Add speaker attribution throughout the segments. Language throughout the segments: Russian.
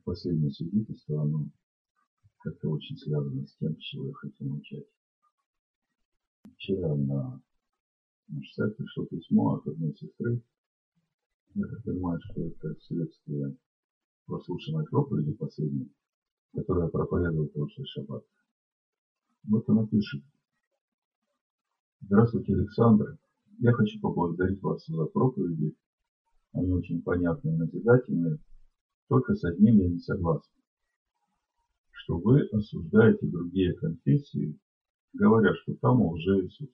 Speaker 1: Последнее свидетельство, оно как-то очень связано с тем, с чего я хотел начать. Вчера на наш сайт пришло письмо от одной сестры. Я так понимаю, что это следствие прослушанной проповеди последней, которую я проповедовал в прошлый шаббат. Вот она пишет. Здравствуйте, Александр. Я хочу поблагодарить вас за проповеди. Они очень понятные и назидательные. Только с одним я не согласен. Что вы осуждаете другие конфессии, говоря, что там уже Иисус.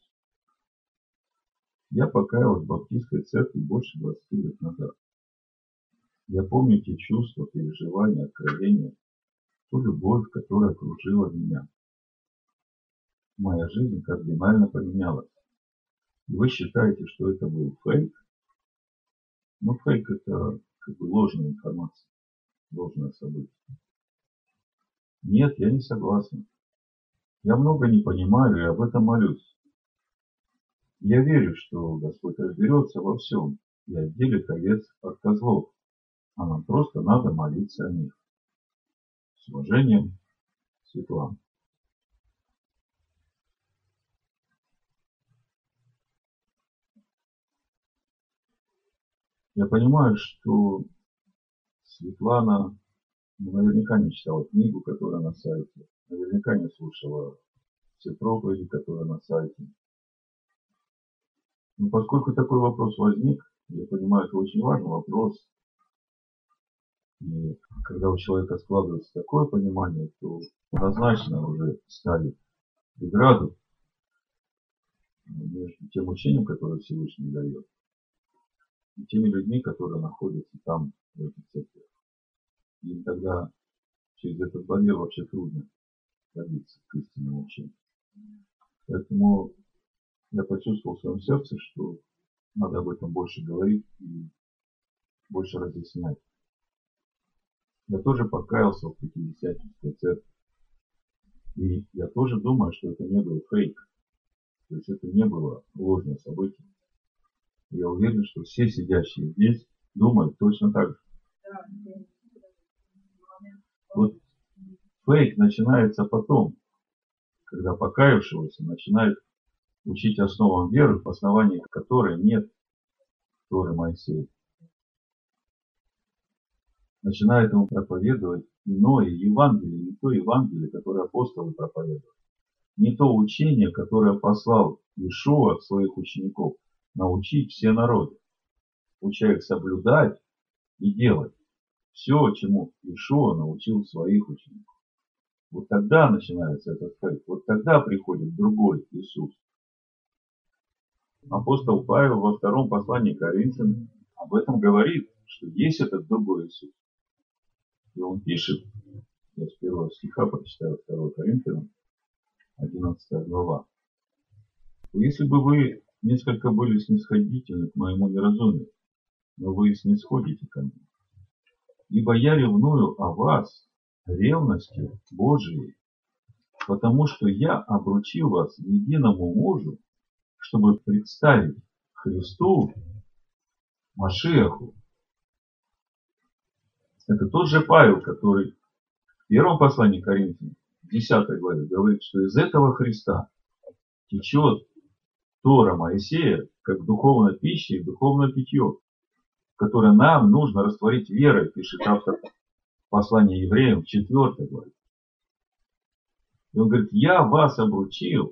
Speaker 1: Я покаялся в баптистской церкви больше 20 лет назад. Я помню те чувства, переживания, откровения, ту любовь, которая окружила меня. Моя жизнь кардинально поменялась. И вы считаете, что это был фейк? Но фейк это как бы ложная информация, ложное событие. Нет, я не согласен. Я много не понимаю и об этом молюсь. Я верю, что Господь разберется во всем и отделит овец от козлов, а нам просто надо молиться о них. С уважением, Светлана. Я понимаю, что Светлана наверняка не читала книгу, которая на сайте, наверняка не слушала все проповеди, которые на сайте. Но поскольку такой вопрос возник, я понимаю, это очень важный вопрос. И когда у человека складывается такое понимание, то однозначно уже ставит преграду между тем учением, которое Всевышний дает, и теми людьми, которые находятся там, в этих церквях. И тогда через этот барьер вообще трудно пробиться к истинному учению. Поэтому я почувствовал в своем сердце, что надо об этом больше говорить и больше разъяснять. Я тоже покаялся в Пятидесятнической церкви. И я тоже думаю, что это не был фейк. То есть это не было ложное событие. Я уверен, что все сидящие здесь думают точно так же. Вот фейк начинается потом, когда покаявшегося начинает учить основам веры, в основании которой нет Торы Моисея. Начинает ему проповедовать иное Евангелие, не то Евангелие, которое апостолы проповедовали. Не то учение, которое послал Иешуа своих учеников научить все народы, уча их соблюдать и делать все, чему Иешуа научил своих учеников. Вот тогда начинается этот фейк, вот тогда приходит другой Иисус. Апостол Павел во втором послании к Коринфянам об этом говорит, что есть этот другой Иисус. И он пишет, я с первого стиха прочитаю 2 Коринфянам, 11 глава. Если бы вы несколько были снисходительны к моему неразумию, но вы снисходите ко мне. Ибо я ревную о вас ревностью Божией, потому что я обручил вас единому мужу, чтобы представить Христу, Машиаху. Это тот же Павел, который в первом послании к Коринфянам, в 10 главе, говорит, что из этого Христа течет Тора Моисея, как духовная пища и духовное питье, которое нам нужно растворить верой, пишет автор послания евреям в 4 главе. И он говорит, я вас обручил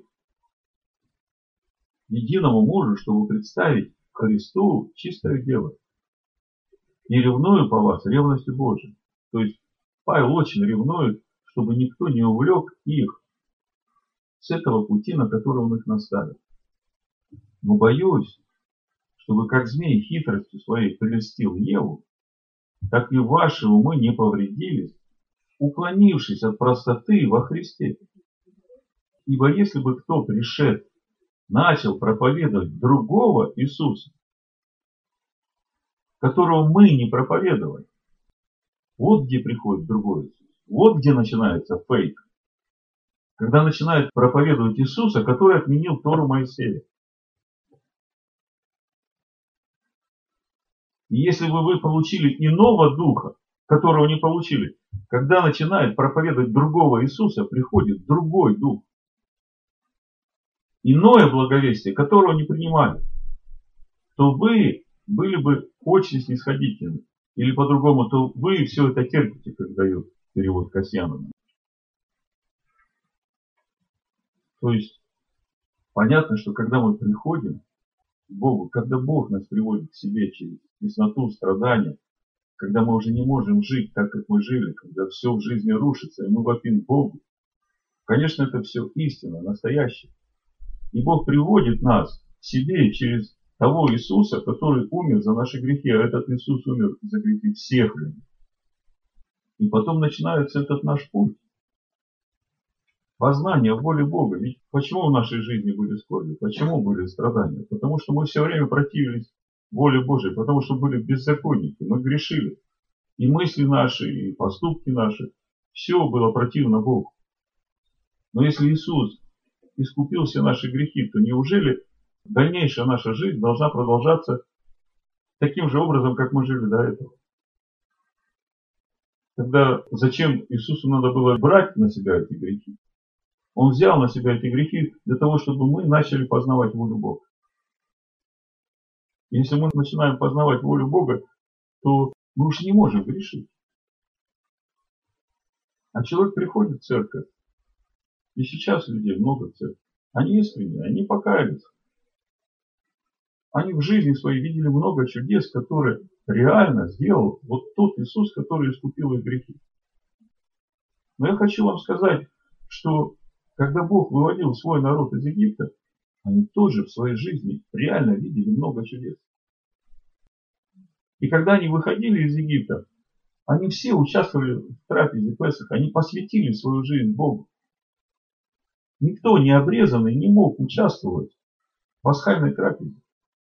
Speaker 1: единому мужу, чтобы представить Христу чистую девой. И ревную по вас ревностью Божией. То есть Павел очень ревнует, чтобы никто не увлек их с этого пути, на который он их наставил. Но боюсь, чтобы как змей хитростью своей прельстил Еву, так и ваши умы не повредились, уклонившись от простоты во Христе. Ибо если бы кто пришед, начал проповедовать другого Иисуса, которого мы не проповедовали, вот где приходит другой Иисус. Вот где начинается фейк. Когда начинают проповедовать Иисуса, который отменил Тору Моисея. И если бы вы получили иного духа, которого не получили, Когда начинает проповедовать другого Иисуса, приходит другой дух. Иное благовестие, которого не принимали. То вы были бы очень снисходительны. Или по-другому, то вы все это терпите, как дает перевод Касьянова. То есть, понятно, что когда мы приходим к Богу, когда Бог нас приводит к себе через тесноту, страдания, когда мы уже не можем жить так, как мы жили, когда все в жизни рушится, и мы вопим Богу, конечно, это все истина, настоящее. И Бог приводит нас к себе через того Иисуса, который умер за наши грехи, а этот Иисус умер за грехи всех людей. И потом начинается этот наш путь. Познание воли Бога. Ведь почему в нашей жизни были скорби? Почему были страдания? Потому что мы все время противились воле Божией, потому что были беззаконники, мы грешили. И мысли наши, и поступки наши, все было противно Богу. Но если Иисус искупил все наши грехи, то неужели дальнейшая наша жизнь должна продолжаться таким же образом, как мы жили до этого? Тогда зачем Иисусу надо было брать на себя эти грехи? Он взял на себя эти грехи для того, чтобы мы начали познавать волю Бога. Если мы начинаем познавать волю Бога, то мы уж не можем грешить. А человек приходит в церковь, и сейчас людей много в церкви. Они искренние, они покаялись. Они в жизни своей видели много чудес, которые реально сделал вот тот Иисус, который искупил их грехи. Но я хочу вам сказать, что когда Бог выводил свой народ из Египта, они тоже в своей жизни реально видели много чудес. И когда они выходили из Египта, они все участвовали в трапезе Песах, они посвятили свою жизнь Богу. Никто не обрезанный не мог участвовать в пасхальной трапезе.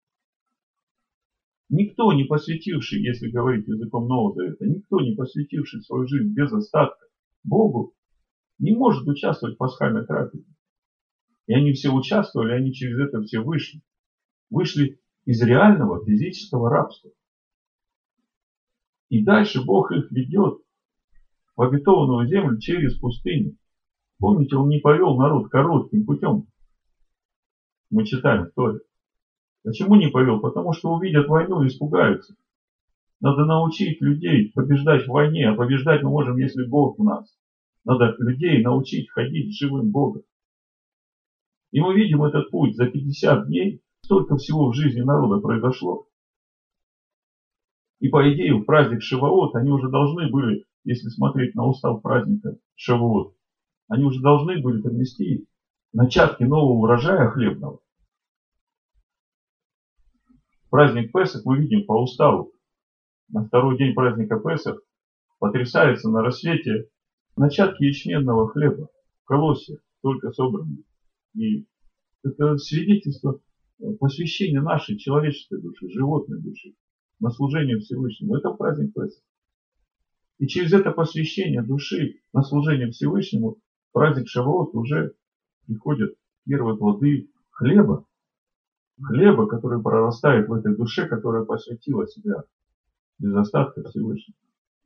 Speaker 1: Никто не посвятивший, если говорить языком Нового Завета, никто не посвятивший свою жизнь без остатка Богу, не может участвовать в пасхальной трапезе. И они все участвовали, они через это все вышли. Вышли из реального физического рабства. И дальше Бог их ведет в обетованную землю через пустыню. Помните, Он не повел народ коротким путем. Мы читаем в Торе. Почему не повел? Потому что увидят войну и испугаются. Надо научить людей побеждать в войне, а побеждать мы можем, если Бог в нас. Надо людей научить ходить с живым Богом. И мы видим этот путь. За 50 дней столько всего в жизни народа произошло. И по идее в праздник Шавуот они уже должны были, если смотреть на устав праздника Шавуот, они уже должны были принести начатки нового урожая хлебного. Праздник Песах мы видим по уставу. На второй день праздника Песах потрясается на рассвете начатки ячменного хлеба в колосе, только собранные. И это свидетельство посвящения нашей человеческой души, животной души на служение Всевышнему. Это праздник Песах. И через это посвящение души на служение Всевышнему в праздник Шавуот уже приходят первые плоды хлеба. Хлеба, который прорастает в этой душе, которая посвятила себя без остатка Всевышнему.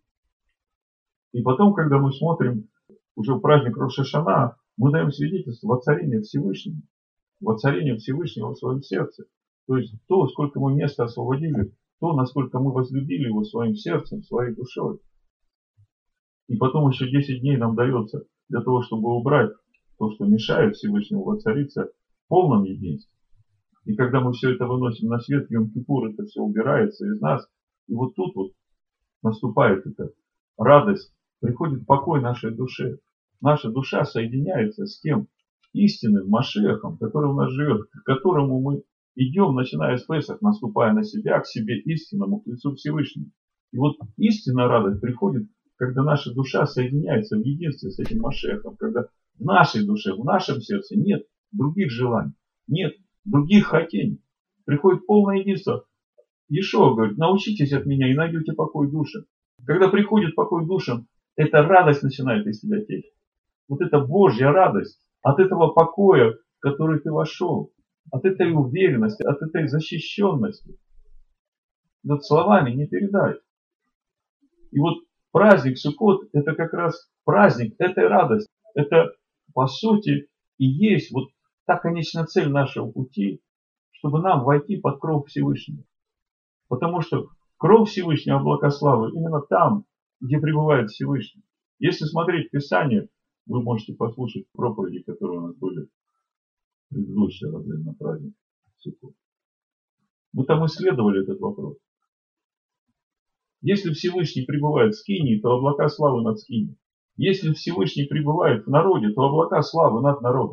Speaker 1: И потом, когда мы смотрим уже в праздник Рош ха-Шана, мы даем свидетельство воцарения Всевышнего. Воцарение Всевышнего в своем сердце. То есть то, сколько мы места освободили, то, насколько мы возлюбили его своим сердцем, своей душой. И потом еще 10 дней нам дается для того, чтобы убрать то, что мешает Всевышнему воцариться в полном единстве. И когда мы все это выносим на свет, в Йом-Кипур, это все убирается из нас. И вот тут вот наступает эта радость, приходит покой нашей душе. Наша душа соединяется с тем истинным Машиахом, который у нас живет, к которому мы идем, начиная с Песах, наступая на себя, к себе истинному, к лицу Всевышнему. И вот истинная радость приходит, когда наша душа соединяется в единстве с этим Машиахом, когда в нашей душе, в нашем сердце нет других желаний, нет других хотений. Приходит полное единство. Иешуа говорит, научитесь от меня и найдете покой душам. Когда приходит покой душам, эта радость начинает из тебя течь. Вот эта Божья радость от этого покоя, в который ты вошел, от этой уверенности, от этой защищенности. Вот словами не передать. И вот Праздник Суккот – это как раз праздник, это радость. Это, по сути, и есть вот та конечная цель нашего пути, чтобы нам войти под кров Всевышнего. Потому что кров Всевышнего, облака славы, именно там, где пребывает Всевышний. Если смотреть Писание, вы можете послушать проповеди, которые у нас были в предыдущие разы на праздник Суккот. Мы там исследовали этот вопрос. Если Всевышний пребывает в Скинии, то облака славы над Скинией. Если Всевышний пребывает в народе, то облака славы над народом.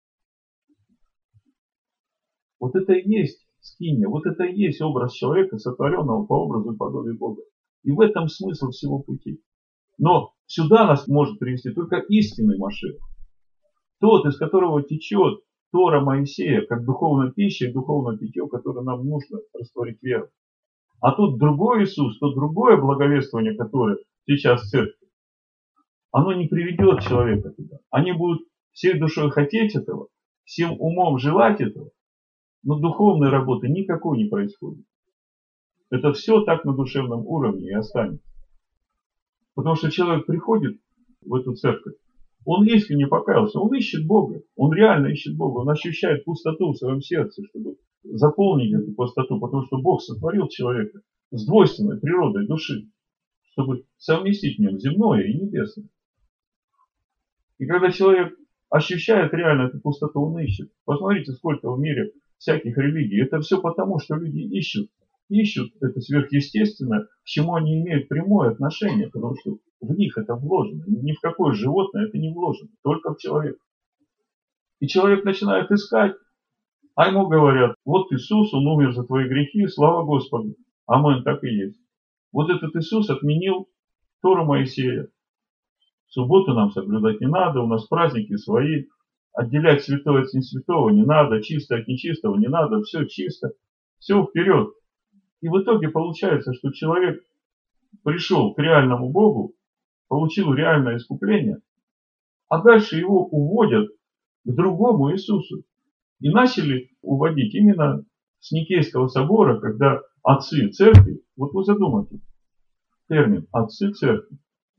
Speaker 1: Вот это и есть Скиния, вот это и есть образ человека, сотворенного по образу и подобию Бога. И в этом смысл всего пути. Но сюда нас может привести только истинный Машиах. Тот, из которого течет Тора Моисея, как духовная пища и духовное питье, которое нам нужно растворить веру. А тут другой Иисус, то другое благовествование, которое сейчас в церкви, оно не приведет человека туда. Они будут всей душой хотеть этого, всем умом желать этого, но духовной работы никакой не происходит. Это все так на душевном уровне и останется. Потому что человек приходит в эту церковь, он искренне покаялся, он ищет Бога, он реально ищет Бога, он ощущает пустоту в своем сердце, чтобы заполнить эту пустоту, потому что Бог сотворил человека с двойственной природой души, чтобы совместить в нем земное и небесное. И когда человек ощущает реально эту пустоту, он ищет. Посмотрите, сколько в мире всяких религий. Это все потому, что люди ищут это сверхъестественное, к чему они имеют прямое отношение, потому что в них это вложено. Ни в какое животное это не вложено, только в человека. И человек начинает искать, а ему говорят, вот Иисус, Он умер за твои грехи, слава Господу. Аминь, так и есть. Вот этот Иисус отменил Тору Моисея. В субботу нам соблюдать не надо, у нас праздники свои. Отделять святое от несвятого не надо, чистое от нечистого не надо, все чисто, все вперед. И в итоге получается, что человек пришел к реальному Богу, получил реальное искупление, а дальше его уводят к другому Иисусу. И начали уводить именно с Никейского собора, когда отцы церкви, вот вы задумайтесь, термин «отцы церкви».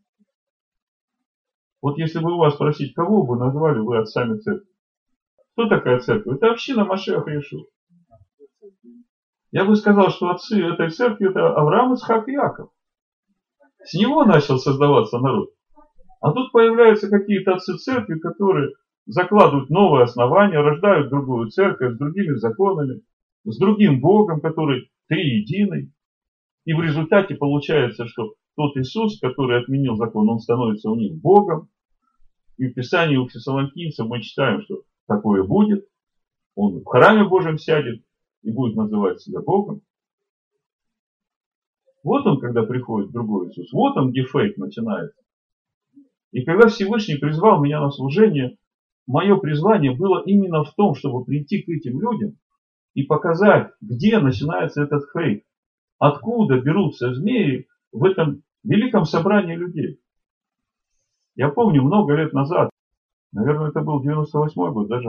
Speaker 1: Вот если бы у вас спросить, кого бы назвали вы отцами церкви? Кто такая церковь? Это община Машиаха Иешуа. Я бы сказал, что отцы этой церкви это Авраам, Ицхак и Иаков. С него начал создаваться народ. А тут появляются какие-то отцы церкви, которые закладывают новые основания, рождают другую церковь с другими законами, с другим Богом, который триединый. И в результате получается, что тот Иисус, который отменил закон, он становится у них Богом. И в Писании у Фессалоникийцев мы читаем, что такое будет. Он в храме Божьем сядет и будет называть себя Богом. Вот он, когда приходит другой Иисус. Вот он, где фейк начинается. И когда Всевышний призвал меня на служение, мое призвание было именно в том, чтобы прийти к этим людям и показать, где начинается этот фейк. Откуда берутся змеи в этом великом собрании людей. Я помню, много лет назад, наверное, это был 98-й год, даже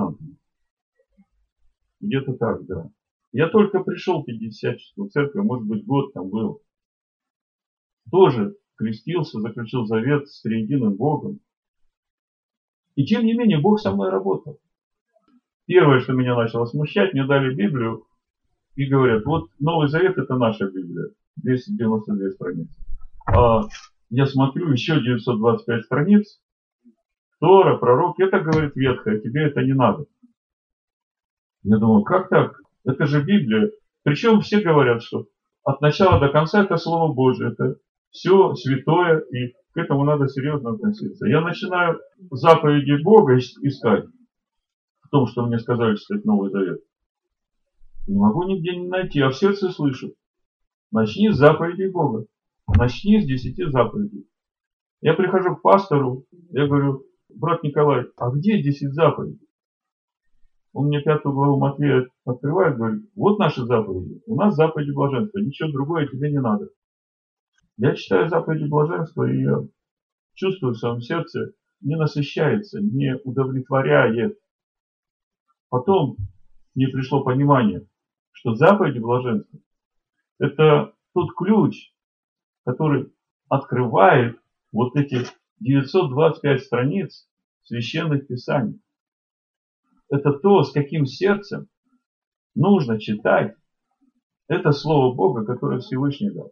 Speaker 1: где-то так, да. Я только пришел в 50-ю церковь, может быть, год там был. Тоже крестился, заключил завет с триединым Богом. И тем не менее, Бог со мной работал. Первое, что меня начало смущать, мне дали Библию и говорят, вот Новый Завет это наша Библия, 292 страницы. А я смотрю, еще 925 страниц, Тора, пророк, это говорит Ветхое, тебе это не надо. Я думаю, как так? Это же Библия. Причем все говорят, что от начала до конца это Слово Божие, это все святое, и к этому надо серьезно относиться. Я начинаю заповеди Бога искать в том, что мне сказали читать Новый Завет. Не могу нигде не найти, а в сердце слышу. Начни с заповедей Бога. Начни с 10 заповедей. Я прихожу к пастору, я говорю, брат Николай, а где 10 заповедей? Он мне 5 главу Матфея открывает, говорит, вот наши заповеди. У нас заповеди блаженства, ничего другое тебе не надо. Я читаю заповеди блаженства и я чувствую в своем сердце, не насыщается, не удовлетворяет. Потом мне пришло понимание, что заповеди блаженства это тот ключ, который открывает вот эти 925 страниц священных писаний. Это то, с каким сердцем нужно читать это Слово Бога, которое Всевышний дал.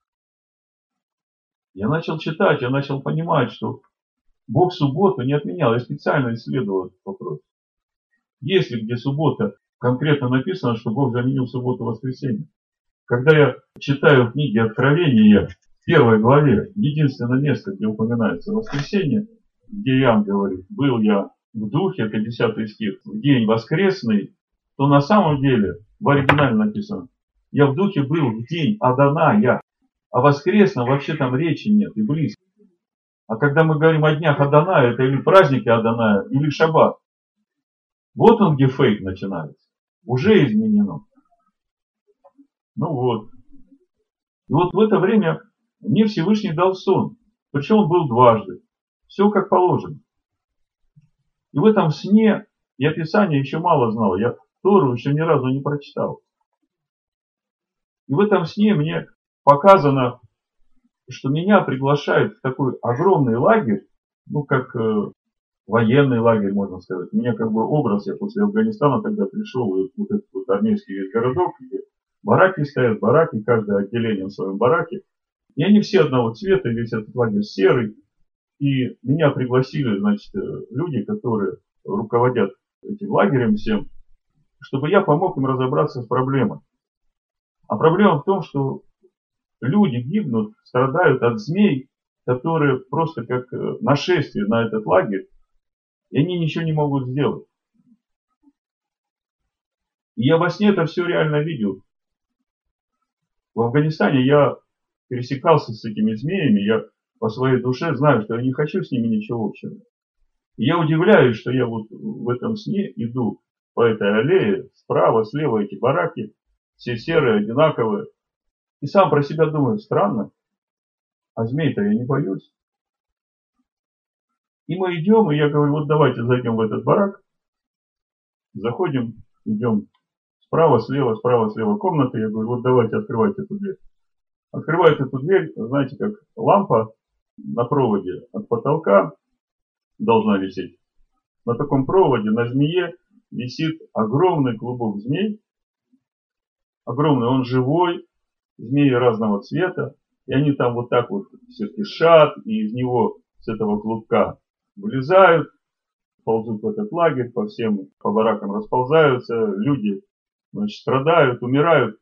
Speaker 1: Я начал читать, я начал понимать, что Бог субботу не отменял. Я специально исследовал этот вопрос. Есть ли где суббота, конкретно написано, что Бог заменил субботу воскресенье? Когда я читаю в книге Откровения, в 1 главе, единственное место, где упоминается воскресенье, где Иоанн говорит, был я в духе, это 10 стих, в день воскресный, то на самом деле в оригинале написано, я в духе был в день Аданая, а воскресном вообще там речи нет и близко. А когда мы говорим о днях Аданая, это или праздники Аданая, или шаббат. Вот он, где фейк начинается. Уже изменено. Ну вот. И вот в это время мне Всевышний дал сон. Причем он был дважды. Все как положено. И в этом сне я Писание еще мало знал. Я Тору еще ни разу не прочитал. И в этом сне мне показано, что меня приглашают в такой огромный лагерь, ну как военный лагерь, можно сказать. У меня как бы образ, я после Афганистана тогда пришел, и вот этот вот армейский весь городок, где бараки стоят, бараки, каждое отделение в своем бараке. И они все одного цвета, весь этот лагерь серый. И меня пригласили, значит, люди, которые руководят этим лагерем всем, чтобы я помог им разобраться с проблемой. А проблема в том, что люди гибнут, страдают от змей, которые просто как нашествие на этот лагерь, и они ничего не могут сделать. И я во сне это все реально видел. В Афганистане я пересекался с этими змеями, я по своей душе знаю, что я не хочу с ними ничего общего. И я удивляюсь, что я вот в этом сне иду по этой аллее, справа, слева эти бараки, все серые, одинаковые. И сам про себя думаю, странно, а змей-то я не боюсь. И мы идем, и я говорю, вот давайте зайдем в этот барак. Заходим, идем справа, слева комнаты. Я говорю, вот давайте открывайте эту дверь. Открывает эту дверь, знаете, как лампа на проводе от потолка должна висеть. На таком проводе, на змее висит огромный клубок змей. Огромный, он живой, змеи разного цвета. И они там вот так вот все кишат, и из него, с этого клубка, вылезают, ползут в этот лагерь, по баракам расползаются, люди, значит, страдают, умирают.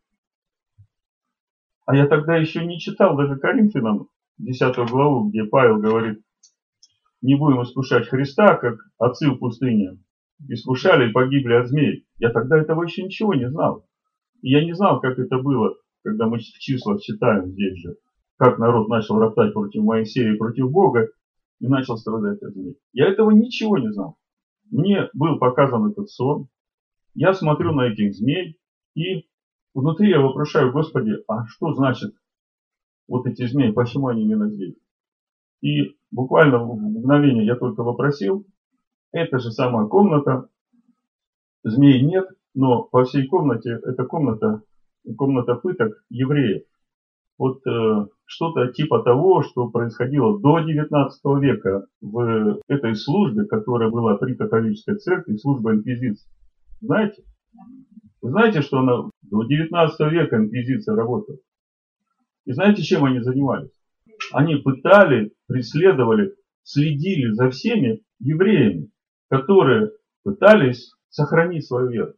Speaker 1: А я тогда еще не читал даже Коринфянам 10 главу, где Павел говорит, не будем искушать Христа, как отцы в пустыне искушали и погибли от змей. Я тогда этого еще ничего не знал. И я не знал, как это было, когда мы в числах читаем здесь же, как народ начал роптать против Моисея и против Бога, и начал страдать от змей. Я этого ничего не знал. Мне был показан этот сон. Я смотрю на этих змей, и внутри я вопрошаю, Господи, а что значит вот эти змеи, почему они именно здесь? И буквально в мгновение я только вопросил, это же самая комната, змей нет, но по всей комнате, это комната пыток евреев. Вот что-то типа того, что происходило до 19 века в этой службе, которая была при католической церкви, служба инквизиции. Знаете? Вы знаете, что она до 19 века инквизиция работала? И знаете, чем они занимались? Они пытали, преследовали, следили за всеми евреями, которые пытались сохранить свою веру.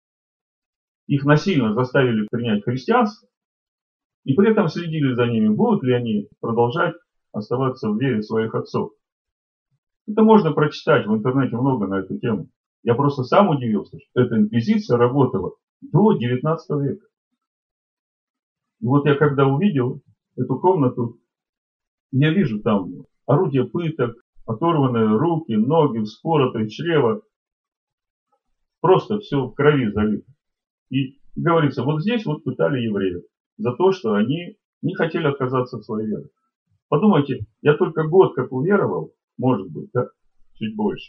Speaker 1: Их насильно заставили принять христианство, и при этом следили за ними, будут ли они продолжать оставаться в вере своих отцов. Это можно прочитать, в интернете много на эту тему. Я просто сам удивился, что эта инквизиция работала до 19 века. И вот я когда увидел эту комнату, я вижу там орудия пыток, оторванные руки, ноги, вспоротые чрево. Просто все в крови залито. И говорится, вот здесь вот пытали евреев за то, что они не хотели отказаться от своей веры. Подумайте, я только год как уверовал, может быть, да, чуть больше.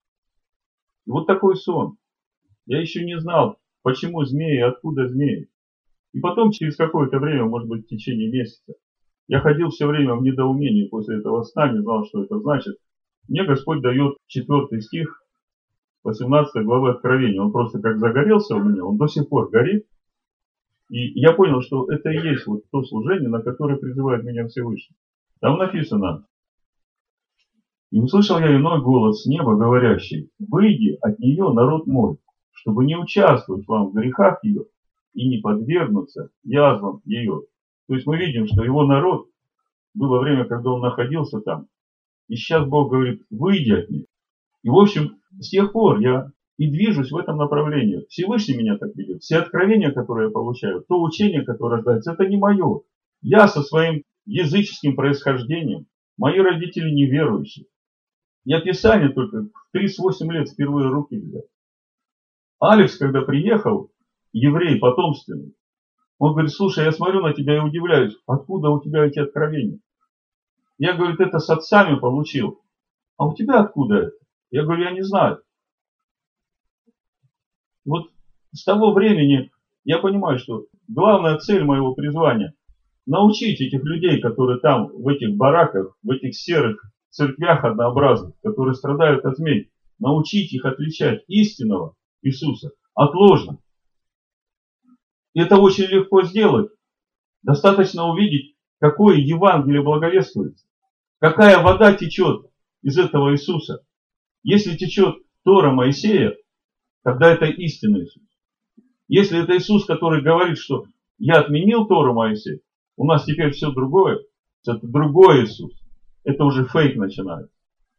Speaker 1: И вот такой сон. Я еще не знал, почему змеи, откуда змеи. И потом через какое-то время, может быть в течение месяца, Я ходил все время в недоумении после этого сна, не знал, что это значит. Мне Господь дает 4 стих 18 главы Откровения. Он просто как загорелся у меня, он до сих пор горит. И я понял, что это и есть вот то служение, на которое призывает меня Всевышний. Там написано: «И услышал я иной голос с неба, говорящий: выйди от нее, народ мой, чтобы не участвовать вам в грехах ее и не подвергнуться язвам ее». То есть мы видим, что его народ, было время, когда он находился там, и сейчас Бог говорит: выйди от них. И в общем, с тех пор я и движусь в этом направлении. Всевышний меня так ведет. Все откровения, которые я получаю, то учение, которое рождается, это не мое. Я со своим языческим происхождением, мои родители неверующие. Я Писание только в 38 лет впервые в руки взял. Алекс, когда приехал, еврей потомственный, он говорит: слушай, я смотрю на тебя и удивляюсь, откуда у тебя эти откровения? Я, говорит, это с отцами получил. А у тебя откуда это? Я говорю: я не знаю. Вот с того времени я понимаю, что главная цель моего призвания — научить этих людей, которые там, в этих бараках, в этих серых церквях однообразных, которые страдают от змей, научить их отличать истинного Иисуса от ложного. И это очень легко сделать. Достаточно увидеть, какое Евангелие благовествуется, какая вода течет из этого Иисуса. Если течет Тора Моисея, тогда это истинный Иисус. Если это Иисус, который говорит, что я отменил Тору Моисея, у нас теперь все другое, это другой Иисус. Это уже фейк начинается.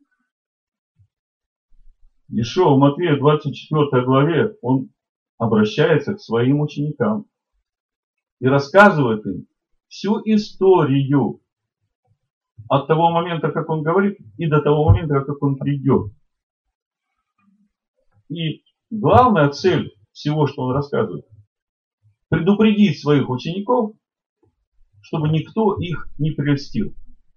Speaker 1: Иешуа в Матфея 24 главе, он обращается к своим ученикам и рассказывает им всю историю от того момента, как он говорит, и до того момента, как он придет. И главная цель всего, что он рассказывает, предупредить своих учеников, чтобы никто их не прельстил.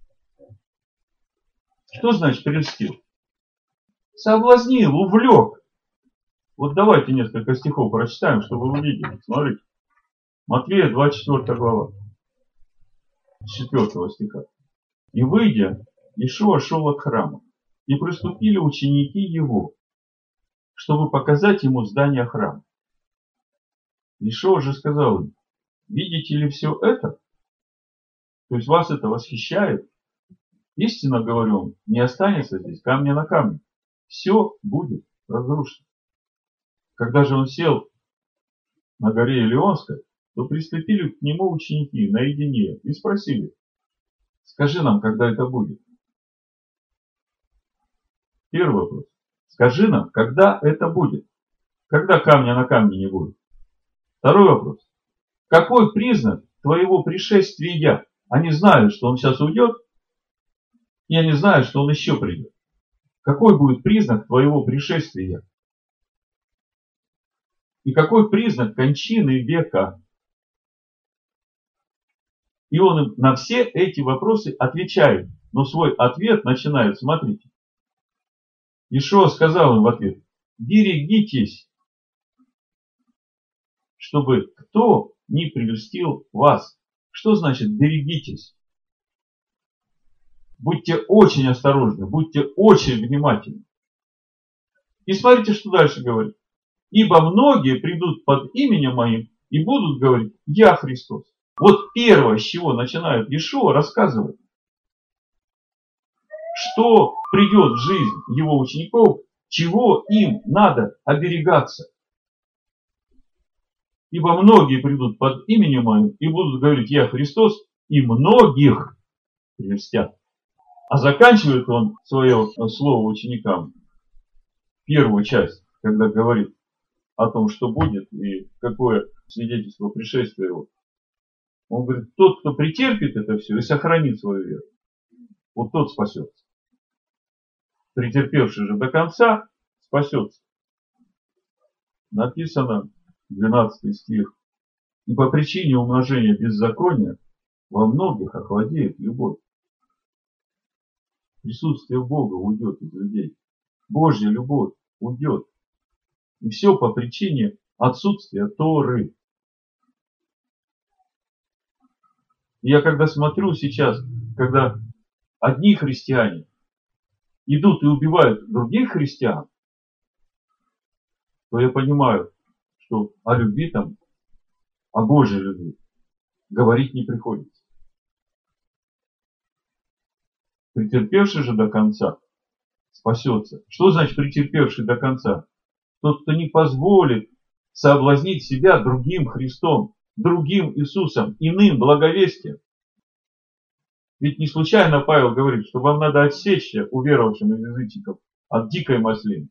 Speaker 1: Что значит прельстил? Соблазнил, увлек. Вот давайте несколько стихов прочитаем, чтобы вы увидели. Смотрите. Матфея 24 глава. 4 стиха. «И выйдя, Иешуа шел от храма, и приступили ученики его, чтобы показать ему здание храма. Иешуа же сказал им: видите ли все это? То есть вас это восхищает? Истинно говорю вам, не останется здесь камня на камне. Все будет разрушено». Когда же он сел на горе Илионской, то приступили к нему ученики наедине и спросили: скажи нам, когда это будет? Первый вопрос. Скажи нам, когда это будет? Когда камня на камне не будет? Второй вопрос. Какой признак твоего пришествия? Они знают, что он сейчас уйдет, и они знают, что он еще придет. Какой будет признак твоего пришествия? И какой признак кончины века? И он им на все эти вопросы отвечает. Но свой ответ начинает, смотрите. Иешуа сказал им в ответ: берегитесь, чтобы кто не прельстил вас. Что значит берегитесь? Будьте очень осторожны, будьте очень внимательны. И смотрите, что дальше говорит. Ибо многие придут под именем моим и будут говорить: я Христос. Вот первое, с чего начинает Иешуа рассказывать, что придет в жизнь его учеников, чего им надо оберегаться. Ибо многие придут под именем моим и будут говорить: я Христос, и многих прельстят. А заканчивает он свое слово ученикам, первую часть, когда говорит о том, что будет и какое свидетельство пришествия его. Он говорит: тот, кто претерпит это все и сохранит свою веру, вот тот спасется. Претерпевший же до конца спасется. Написано, 12 стих. И по причине умножения беззакония во многих охладеет любовь. Присутствие Бога уйдет из людей. Божья любовь уйдет. И все по причине отсутствия Торы. И я когда смотрю сейчас, когда одни христиане идут и убивают других христиан, то я понимаю, что о любви там, о Божьей любви говорить не приходится. Претерпевший же до конца спасется. Что значит претерпевший до конца? Тот, кто не позволит соблазнить себя другим Христом, другим Иисусом, иным благовестием. Ведь не случайно Павел говорит, что вам надо отсечься уверовавшим из язычников от дикой маслины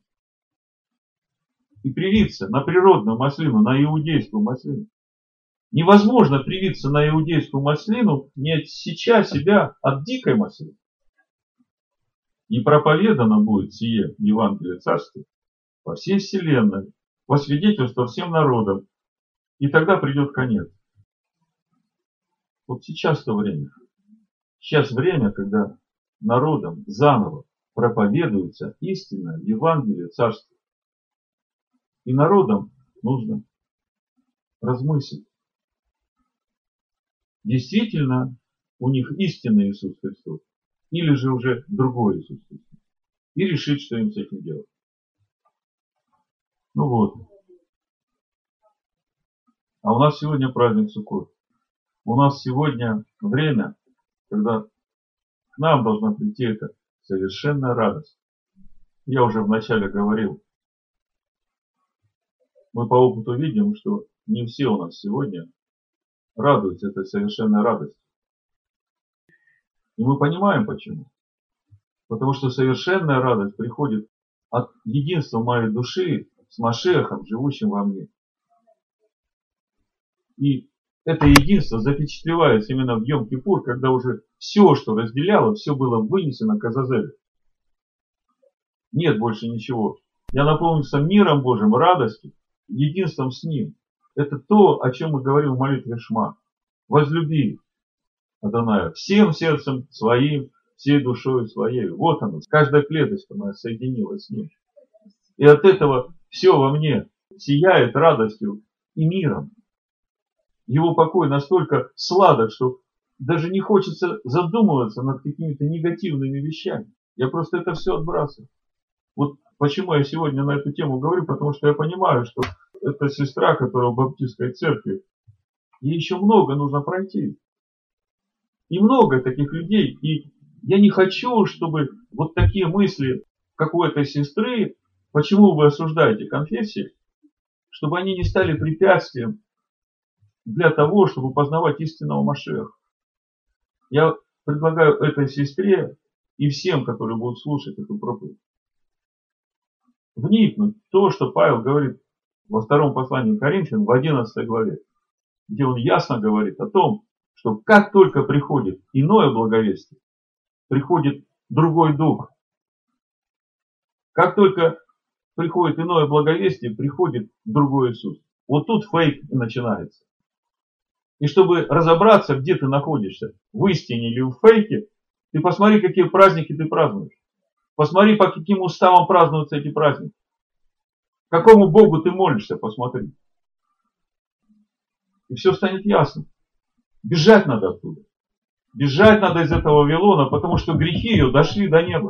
Speaker 1: и привиться на природную маслину, на иудейскую маслину. Невозможно привиться на иудейскую маслину, не отсеча себя от дикой маслины. И проповедано будет сие Евангелие Царства по всей вселенной, во свидетельство всем народам, и тогда придет конец. Вот сейчас-то время. Сейчас время, когда народам заново проповедуется истинное Евангелие Царства. И народам нужно размыслить. Действительно у них истинный Иисус Христос, или же уже другой Иисус Христос. И решить, что им с этим делать. Ну вот. А у нас сегодня праздник Суккот. У нас сегодня время, когда к нам должна прийти эта совершенная радость. Я уже вначале говорил, мы по опыту видим, что не все у нас сегодня радуются этой совершенной радостью. И мы понимаем почему. Потому что совершенная радость приходит от единства моей души с Машиахом, живущим во мне. И это единство запечатлевается именно в Йом-Кипур, когда уже все, что разделяло, все было вынесено к Азазелю. Нет больше ничего. Я наполнился миром Божьим, радостью, единством с Ним. Это то, о чем мы говорим в молитве Шма. Возлюби Адоная всем сердцем своим, всей душой своей. Вот оно, каждая клеточка моя соединилась с Ним. И от этого все во мне сияет радостью и миром. Его покой настолько сладок, что даже не хочется задумываться над какими-то негативными вещами. Я просто это все отбрасываю. Вот почему я сегодня на эту тему говорю, потому что я понимаю, что эта сестра, которая в баптистской церкви, ей еще много нужно пройти. И много таких людей. И я не хочу, чтобы вот такие мысли, как у этой сестры, почему вы осуждаете конфессии, чтобы они не стали препятствием для того, чтобы познавать истинного Машиаха. Я предлагаю этой сестре и всем, которые будут слушать эту проповедь, вникнуть в то, что Павел говорит во втором послании к Коринфянам, в 11 главе, где он ясно говорит о том, что как только приходит иное благовестие, приходит другой дух. Как только приходит иное благовестие, приходит другой Иисус. Вот тут фейк и начинается. И чтобы разобраться, где ты находишься, в истине или в фейке, ты посмотри, какие праздники ты празднуешь. Посмотри, по каким уставам празднуются эти праздники. Какому Богу ты молишься, посмотри. И все станет ясно. Бежать надо оттуда. Бежать надо из этого Вавилона, потому что грехи ее дошли до неба.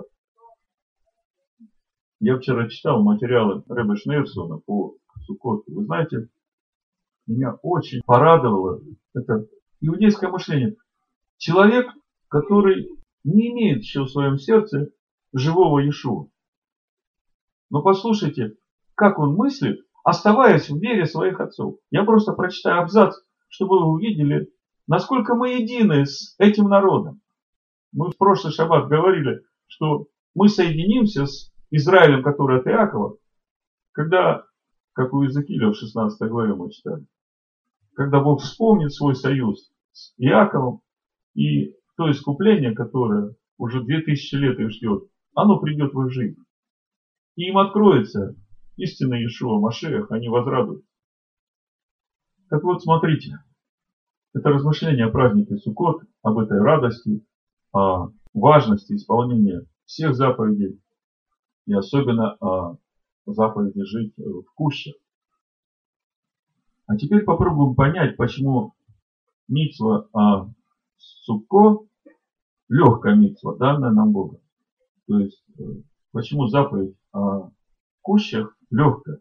Speaker 1: Я вчера читал материалы Ребе Шнейрсона по Суккоту. Вы знаете, меня очень порадовало это иудейское мышление. Человек, который не имеет еще в своем сердце живого Иешуа. Но послушайте, как он мыслит, оставаясь в вере своих отцов. Я просто прочитаю абзац, чтобы вы увидели, насколько мы едины с этим народом. Мы в прошлый шаббат говорили, что мы соединимся с Израилем, который от Иакова, когда, как у Иезекииля в 16 главе мы читали, когда Бог вспомнит свой союз с Иаковом, и то искупление, которое уже 2000 лет их ждет, оно придет в их жизнь. И им откроется истинный Иешуа Машиах, они возрадуются. Так вот, смотрите, это размышление о празднике Суккот, об этой радости, о важности исполнения всех заповедей, и особенно о заповеди жить в кущах. А теперь попробуем понять, почему мицва о Сукко – легкая мицва, данная нам Богом. То есть, почему заповедь о кущах легкая?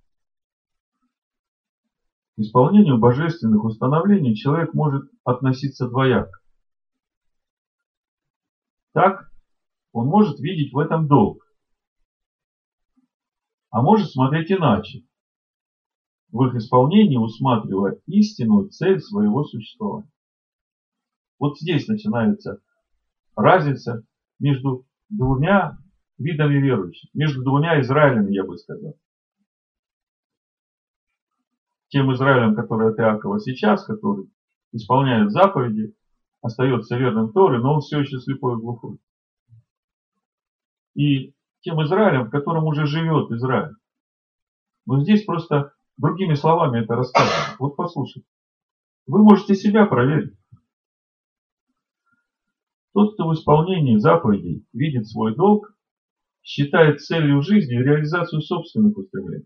Speaker 1: К исполнению божественных установлений человек может относиться двояко. Так, он может видеть в этом долг, а может смотреть иначе, в их исполнении усматривая истинную цель своего существования. Вот здесь начинается разница между двумя видами верующих, между двумя Израилями, я бы сказал. Тем Израилем, который от Иакова сейчас, который исполняет заповеди, остается верным Торе, но он все еще слепой и глухой. И тем Израилем, в котором уже живет Израиль. Но здесь просто другими словами это рассказано. Вот послушайте. Вы можете себя проверить. Тот, кто в исполнении заповедей видит свой долг, считает целью жизни реализацию собственных устремлений.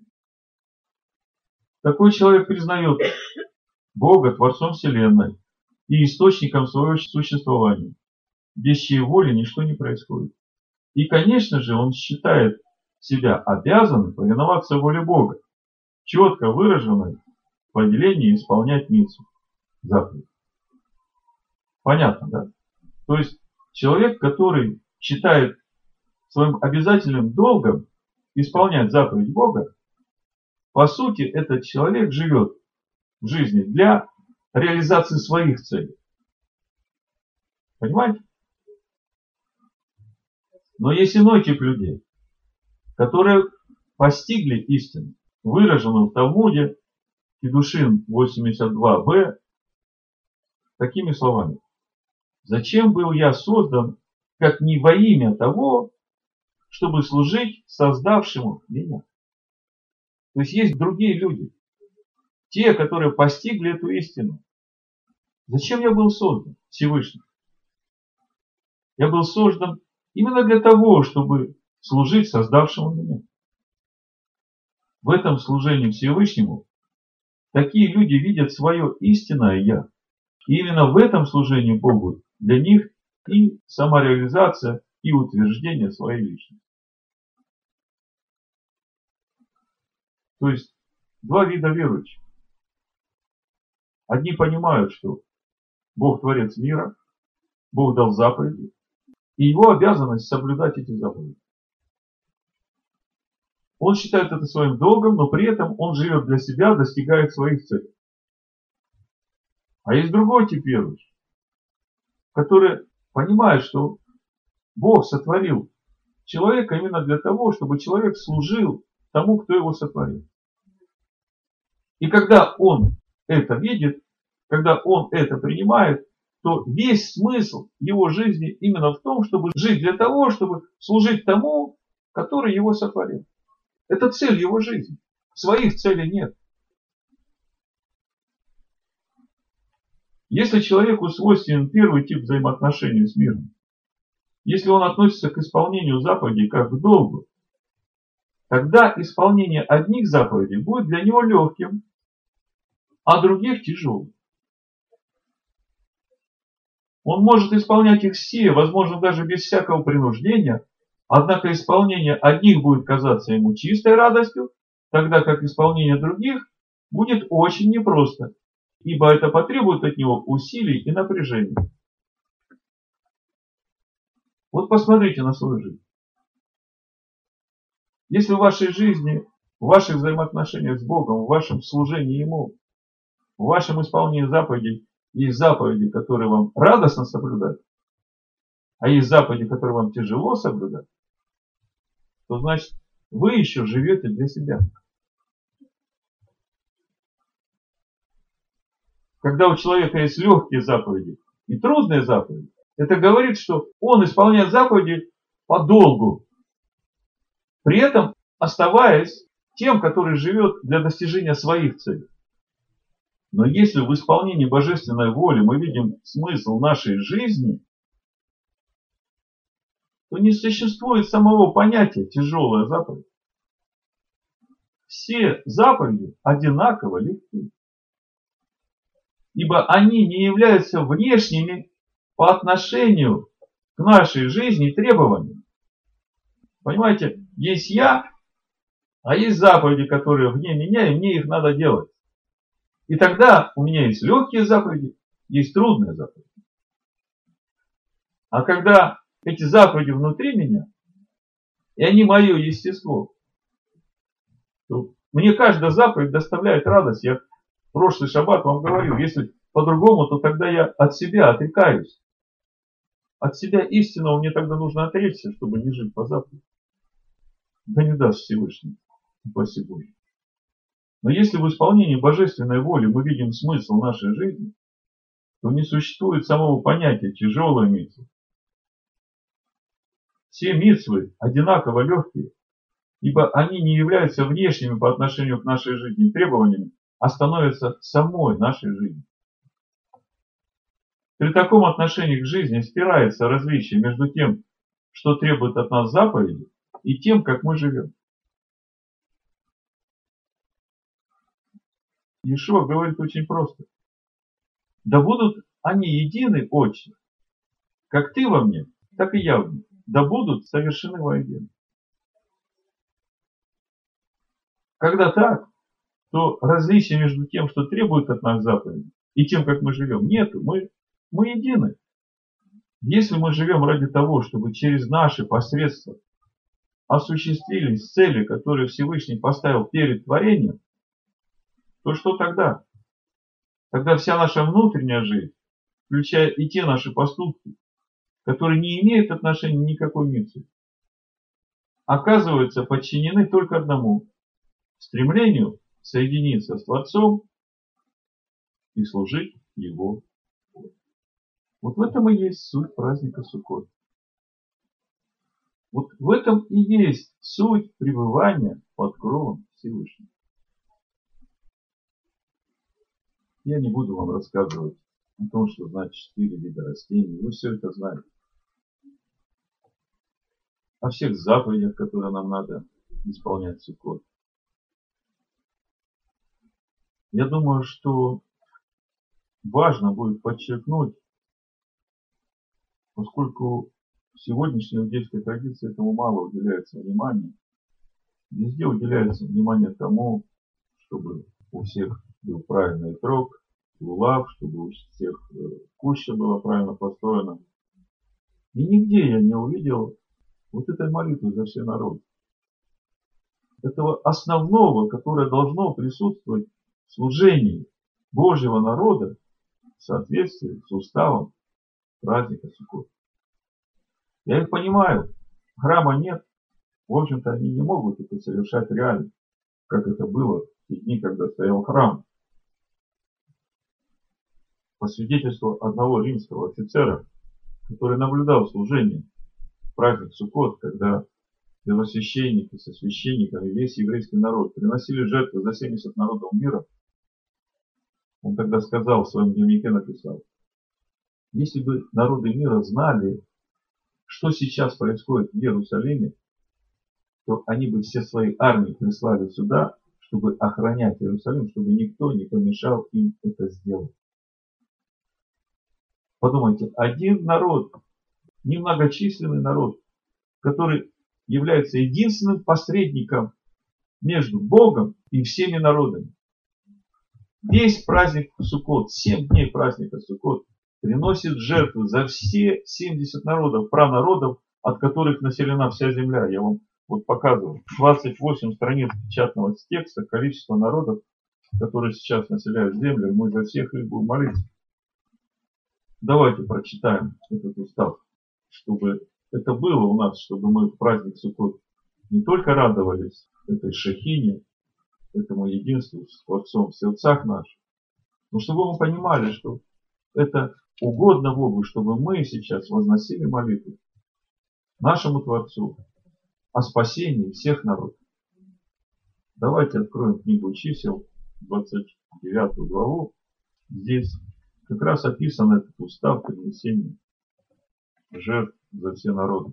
Speaker 1: Такой человек признает Бога Творцом Вселенной и источником своего существования, без чьей воли ничто не происходит. И, конечно же, он считает себя обязанным повиноваться воле Бога, четко выраженной в повелении исполнять мицву, заповедь. Понятно, да? То есть человек, который считает своим обязательным долгом исполнять заповедь Бога, по сути, этот человек живет в жизни для реализации своих целей. Понимаете? Но есть иной тип людей, которые постигли истину, выраженную в Талмуде, Кидушин 82б, такими словами. Зачем был я создан, как не во имя того, чтобы служить создавшему меня? То есть есть другие люди, те, которые постигли эту истину. Зачем я был создан Всевышним? Я был создан именно для того, чтобы служить создавшему меня. В этом служении Всевышнему такие люди видят свое истинное «Я». И именно в этом служении Богу для них и самореализация, и утверждение своей личности. То есть два вида верующих. Одни понимают, что Бог творец мира, Бог дал заповеди, и его обязанность соблюдать эти заповеди. Он считает это своим долгом, но при этом он живет для себя, достигает своих целей. А есть другой тип верующих, которые понимают, что Бог сотворил человека именно для того, чтобы человек служил тому, кто его сотворил. И когда он это видит, когда он это принимает, то весь смысл его жизни именно в том, чтобы жить для того, чтобы служить тому, который его сотворил. Это цель его жизни. Своих целей нет. Если человеку свойственен первый тип взаимоотношений с миром, если он относится к исполнению заповедей как к долгу, тогда исполнение одних заповедей будет для него легким, а других тяжелым. Он может исполнять их все, возможно, даже без всякого принуждения, однако исполнение одних будет казаться ему чистой радостью, тогда как исполнение других будет очень непросто, ибо это потребует от него усилий и напряжения. Вот посмотрите на свою жизнь. Если в вашей жизни, в ваших взаимоотношениях с Богом, в вашем служении Ему, в вашем исполнении заповедей есть заповеди, которые вам радостно соблюдать, а есть заповеди, которые вам тяжело соблюдать, то значит вы еще живете для себя. Когда у человека есть легкие заповеди и трудные заповеди, это говорит, что он исполняет заповеди по долгу, при этом оставаясь тем, который живет для достижения своих целей. Но если в исполнении божественной воли мы видим смысл нашей жизни, то не существует самого понятия «тяжелая заповедь». Все заповеди одинаково легки, ибо они не являются внешними по отношению к нашей жизни требования. Понимаете, есть я, а есть заповеди, которые вне меня, и мне их надо делать. И тогда у меня есть легкие заповеди, есть трудные заповеди. А когда эти заповеди внутри меня, и они мое естество, то мне каждая заповедь доставляет радость. Я в прошлый шаббат вам говорил, если по-другому, то тогда я от себя отрекаюсь. От себя истинного мне тогда нужно отречься, чтобы не жить по заповеди. Да не даст Всевышний, упаси Боже. Но если в исполнении божественной воли мы видим смысл нашей жизни, то не существует самого понятия тяжелая митцва. Все митцвы одинаково легкие, ибо они не являются внешними по отношению к нашей жизни требованиями, а становятся самой нашей жизнью. При таком отношении к жизни стирается различие между тем, что требует от нас заповеди, и тем, как мы живем. Иешуа говорит очень просто. Да будут они едины, Отче, как ты во мне, так и я в них. Да будут совершены воедино. Когда так, то различия между тем, что требует от нас заповеди, и тем, как мы живем, нету. Мы едины. Если мы живем ради того, чтобы через наши посредства осуществились цели, которые Всевышний поставил перед творением, то что тогда? Тогда вся наша внутренняя жизнь, включая и те наши поступки, которые не имеют отношения никакой миссии, оказываются подчинены только одному – стремлению соединиться с Творцом и служить Его. Вот в этом и есть суть праздника Суккот. Вот в этом и есть суть пребывания под кровом Всевышнего. Я не буду вам рассказывать о том, что значит 4 вида растений. Вы все это знаете. О всех заповедях, которые нам надо исполнять в Суккот. Я думаю, что важно будет подчеркнуть, поскольку в сегодняшней иудейской традиции этому мало уделяется внимания, везде уделяется внимание тому, чтобы у всех был правильный трог, лулав, чтобы у всех куща была правильно построена. И нигде я не увидел вот этой молитвы за все народы. Этого основного, которое должно присутствовать в служении Божьего народа в соответствии с уставом праздника Суккот. Я их понимаю, храма нет, в общем-то они не могут это совершать реально, как это было в те дни, когда стоял храм. По свидетельству одного римского офицера, который наблюдал служение в праздник Суккот, когда первосвященники со священниками, весь еврейский народ приносили жертвы за 70 народов мира, он тогда сказал, в своем дневнике написал, если бы народы мира знали, что сейчас происходит в Иерусалиме, то они бы все свои армии прислали сюда, чтобы охранять Иерусалим, чтобы никто не помешал им это сделать. Подумайте, один народ, немногочисленный народ, который является единственным посредником между Богом и всеми народами. Весь праздник Суккот, 7 дней праздника Суккот, приносит жертвы за все 70 народов, пранародов, от которых населена вся земля. Я вам вот показываю. 28 страниц печатного текста, количество народов, которые сейчас населяют землю, и мы за всех их будем молиться. Давайте прочитаем этот устав, чтобы это было у нас, чтобы мы в праздник Суккот не только радовались этой шехине, этому единству с Творцом в сердцах наших, но чтобы мы понимали, что это угодно Богу, чтобы мы сейчас возносили молитву нашему Творцу о спасении всех народов. Давайте откроем книгу чисел, 29 главу. Здесь как раз описан этот устав принесения жертв за все народы.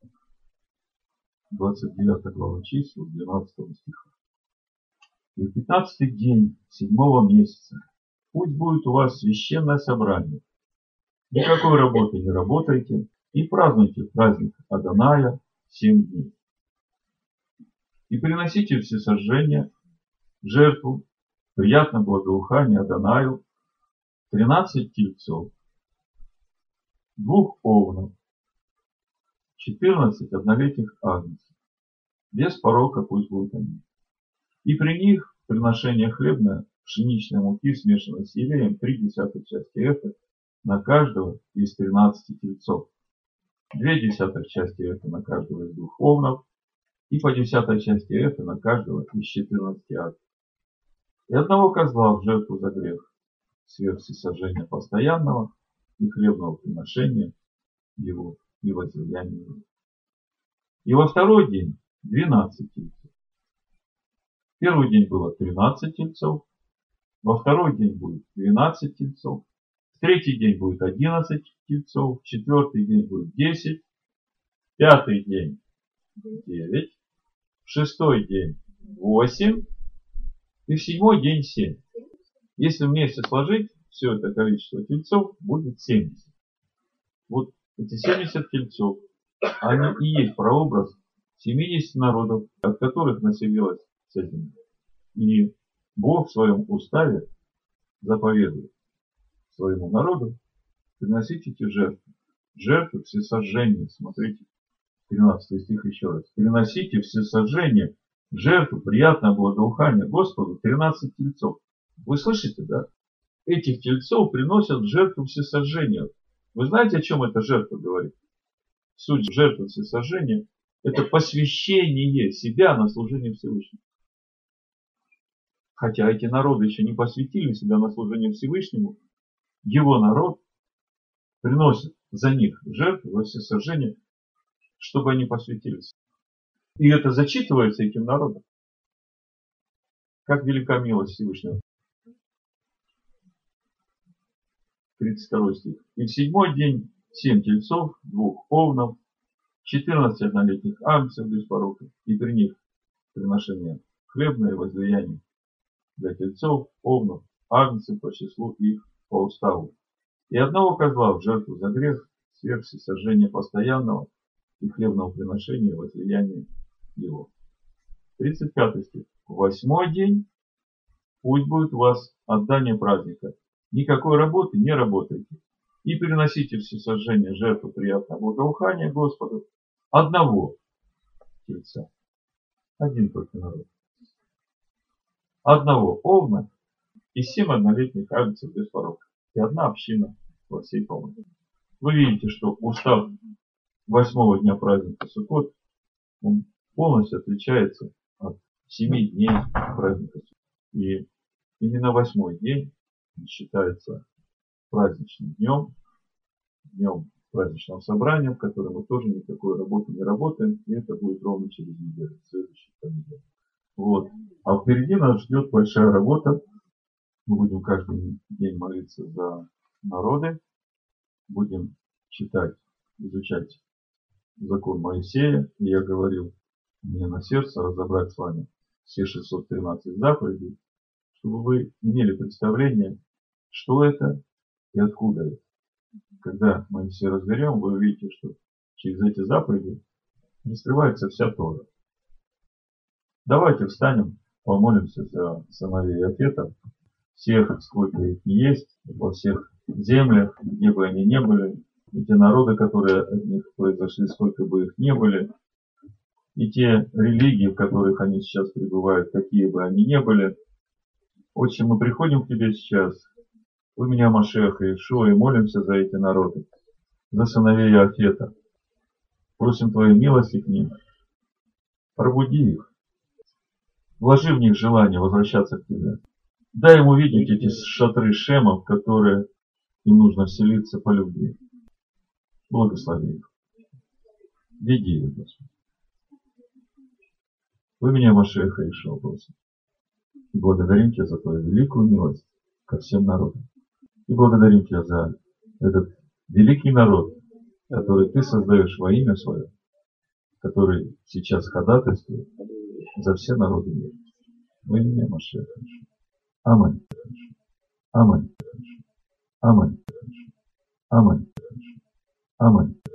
Speaker 1: 29 глава чисел, 12 стиха. И в 15-й день 7-го месяца пусть будет у вас священное собрание. Никакой работы не работайте и празднуйте праздник Адоная 7 дней. И приносите все сожжения в жертву, приятно благоухание Адонаю, 13 тельцов, 2 овнов, 14 однолетних агнцев, без порока пусть будут они. И при них приношение хлебное пшеничной муки, смешанной с елеем, 3/10 части эфы на каждого из 13 тельцов, 2/10 части эфы на каждого из 2 овнов и по 10 части эфы на каждого из 14 агнцев. И одного козла в жертву за грех, сверх всесожжения постоянного и хлебного приношения его и возлияния его. И во второй день 12 тельцов. Первый день было 13 тельцов, во второй день будет 12 тельцов, в третий день будет 11 тельцов, в четвертый день будет 10, в пятый день 9, в шестой день 8 и в седьмой день 7. Если вместе сложить все это количество тельцов, будет 70. Вот эти 70 тельцов, они и есть прообраз 70 народов, от которых населилась вся земля. И Бог в своем уставе заповедует своему народу приносить эти жертвы. Жертвы всесожжения. Смотрите, 13 стих еще раз. Приносите всесожжение, жертву, приятное благоухание Господу, 13 тельцов. Вы слышите, да? Этих тельцов приносят в жертву всесожжения. Вы знаете, о чем эта жертва говорит? Суть жертвы всесожжения – это посвящение себя на служение Всевышнему. Хотя эти народы еще не посвятили себя на служение Всевышнему, его народ приносит за них жертву во всесожжение, чтобы они посвятились. И это зачитывается этим народом. Как велика милость Всевышнего. 32 стих. И в седьмой день 7 тельцов, 2 овнов, 14 однолетних агнцев без порока, и при них приношение хлебное возлияние для тельцов, овнов, агнцев по числу их по уставу. И одного козла в жертву за грех, сверх всесожжения постоянного и хлебного приношения возлияния его. 35 стих. В 8 день пусть будет у вас отдание праздника. Никакой работы не работайте. И приносите всесожжение жертву приятного благоухания Господу одного тельца. Один только народ. Одного овна и 7 однолетних агнцев без порока. И одна община во всей полноте. Вы видите, что устав 8 дня праздника Суккот, он полностью отличается от 7 дней праздника Суккот. И именно 8 день считается праздничным днем, днем праздничного собрания, в котором мы тоже никакой работы не работаем, и это будет ровно через неделю, следующий понедельник. Вот. А впереди нас ждет большая работа. Мы будем каждый день молиться за народы, будем читать, изучать закон Моисея. И я говорил, мне на сердце разобрать с вами все 613 заповедей, чтобы вы имели представление, что это и откуда это. Когда мы их все разберем, вы увидите, что через эти заповеди не скрывается вся Тора. Давайте встанем, помолимся за сыновей Иафета, всех, сколько их не есть, во всех землях, где бы они ни были, и те народы, которые от них произошли, сколько бы их ни были, и те религии, в которых они сейчас пребывают, какие бы они ни были. Отче, мы приходим к Тебе сейчас, у меня Машеха Иешуа, и молимся за эти народы, за сыновей Иафета. Просим Твоей милости к ним. Пробуди их. Вложи в них желание возвращаться к Тебе. Дай им увидеть эти шатры Шема, в которые им нужно вселиться по любви. Благослови их. Веди их, Господи. Вы меня, Машеха Иешуа, просим. И благодарим Тебя за Твою великую милость ко всем народам. И благодарим Тебя за этот великий народ, который Ты создаешь во имя Свое, который сейчас ходатайствует за все народы мира. Во имя Машеха Иешуа. Аминь. Аминь. Аминь. Аминь. Аминь.